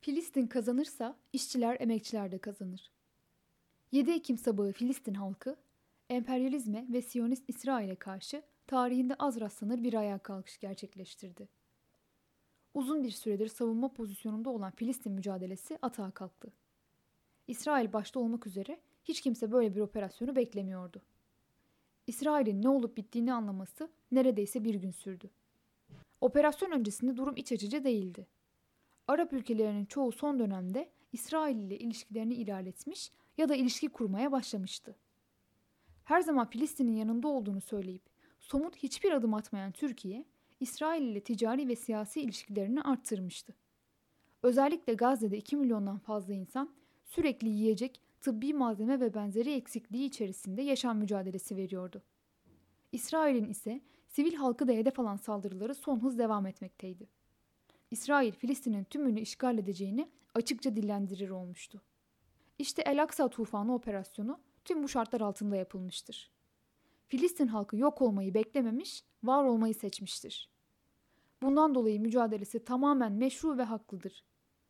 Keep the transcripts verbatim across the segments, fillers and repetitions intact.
Filistin kazanırsa işçiler, emekçiler de kazanır. yedi Ekim sabahı Filistin halkı, emperyalizme ve Siyonist İsrail'e karşı tarihinde az rastlanır bir ayağa kalkış gerçekleştirdi. Uzun bir süredir savunma pozisyonunda olan Filistin mücadelesi atağa kalktı. İsrail başta olmak üzere hiç kimse böyle bir operasyonu beklemiyordu. İsrail'in ne olup bittiğini anlaması neredeyse bir gün sürdü. Operasyon öncesinde durum iç açıcı değildi. Arap ülkelerinin çoğu son dönemde İsrail ile ilişkilerini ilerletmiş ya da ilişki kurmaya başlamıştı. Her zaman Filistin'in yanında olduğunu söyleyip somut hiçbir adım atmayan Türkiye, İsrail ile ticari ve siyasi ilişkilerini arttırmıştı. Özellikle Gazze'de iki milyondan fazla insan sürekli yiyecek, tıbbi malzeme ve benzeri eksikliği içerisinde yaşam mücadelesi veriyordu. İsrail'in ise sivil halkı da hedef alan saldırıları son hız devam etmekteydi. İsrail, Filistin'in tümünü işgal edeceğini açıkça dillendirir olmuştu. İşte El-Aksa Tufanı operasyonu tüm bu şartlar altında yapılmıştır. Filistin halkı yok olmayı beklememiş, var olmayı seçmiştir. Bundan dolayı mücadelesi tamamen meşru ve haklıdır.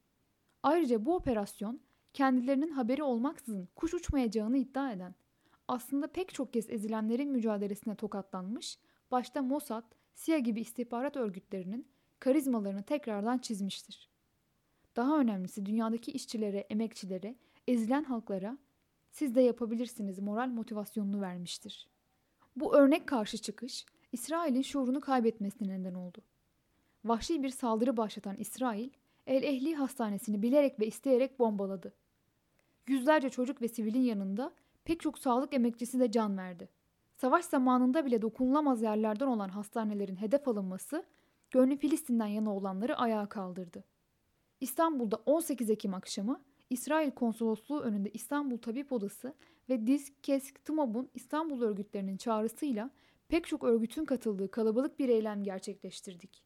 Ayrıca bu operasyon kendilerinin haberi olmaksızın kuş uçmayacağını iddia eden, aslında pek çok kez ezilenlerin mücadelesine tokatlanmış, başta Mossad, S İ A gibi istihbarat örgütlerinin karizmalarını tekrardan çizmiştir. Daha önemlisi dünyadaki işçilere, emekçilere, ezilen halklara siz de yapabilirsiniz moral motivasyonunu vermiştir. Bu örnek karşı çıkış, İsrail'in şuurunu kaybetmesine neden oldu. Vahşi bir saldırı başlatan İsrail, El Ehli Hastanesi'ni bilerek ve isteyerek bombaladı. Yüzlerce çocuk ve sivilin yanında pek çok sağlık emekçisi de can verdi. Savaş zamanında bile dokunulamaz yerlerden olan hastanelerin hedef alınması, gönlü Filistin'den yana olanları ayağa kaldırdı. İstanbul'da on sekiz Ekim akşamı İsrail Konsolosluğu önünde İstanbul Tabip Odası ve DİSK, KESK, TMOB'un İstanbul örgütlerinin çağrısıyla pek çok örgütün katıldığı kalabalık bir eylem gerçekleştirdik.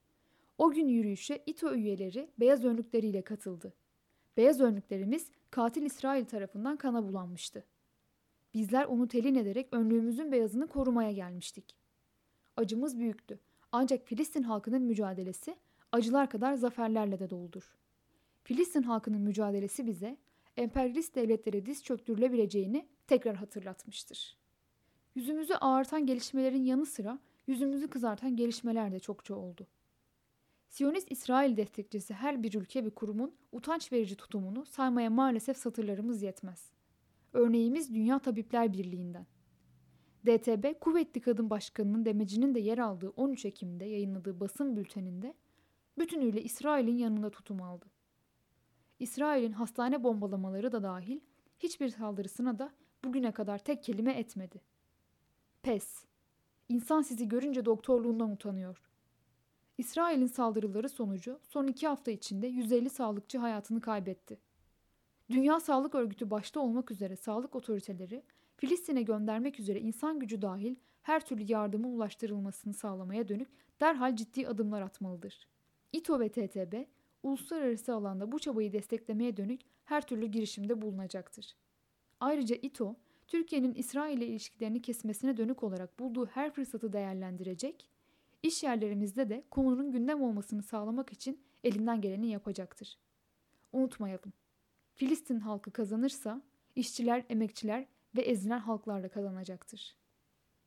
O gün yürüyüşe İTO üyeleri beyaz önlükleriyle katıldı. Beyaz önlüklerimiz katil İsrail tarafından kana bulanmıştı. Bizler onu telin ederek önlüğümüzün beyazını korumaya gelmiştik. Acımız büyüktü. Ancak Filistin halkının mücadelesi acılar kadar zaferlerle de doludur. Filistin halkının mücadelesi bize emperyalist devletlere diz çöktürülebileceğini tekrar hatırlatmıştır. Yüzümüzü ağartan gelişmelerin yanı sıra yüzümüzü kızartan gelişmeler de çokça oldu. Siyonist İsrail destekçisi her bir ülke ve kurumun utanç verici tutumunu saymaya maalesef satırlarımız yetmez. Örneğimiz Dünya Tabipler Birliği'nden. D T B, Kuvvetli Kadın Başkanı'nın demecinin de yer aldığı on üç Ekim'de yayınladığı basın bülteninde bütünüyle İsrail'in yanında tutum aldı. İsrail'in hastane bombalamaları da dahil hiçbir saldırısına da bugüne kadar tek kelime etmedi. Pes. İnsan sizi görünce doktorluğundan utanıyor. İsrail'in saldırıları sonucu son iki hafta içinde yüz elli sağlıkçı hayatını kaybetti. Dünya Sağlık Örgütü başta olmak üzere sağlık otoriteleri Filistin'e göndermek üzere insan gücü dahil her türlü yardımın ulaştırılmasını sağlamaya dönük derhal ciddi adımlar atmalıdır. İTO ve T T B, uluslararası alanda bu çabayı desteklemeye dönük her türlü girişimde bulunacaktır. Ayrıca İTO, Türkiye'nin İsrail ile ilişkilerini kesmesine dönük olarak bulduğu her fırsatı değerlendirecek, iş yerlerimizde de konunun gündem olmasını sağlamak için elinden geleni yapacaktır. Unutmayalım, Filistin halkı kazanırsa işçiler, emekçiler ve ezilen halklar da kazanacaktır.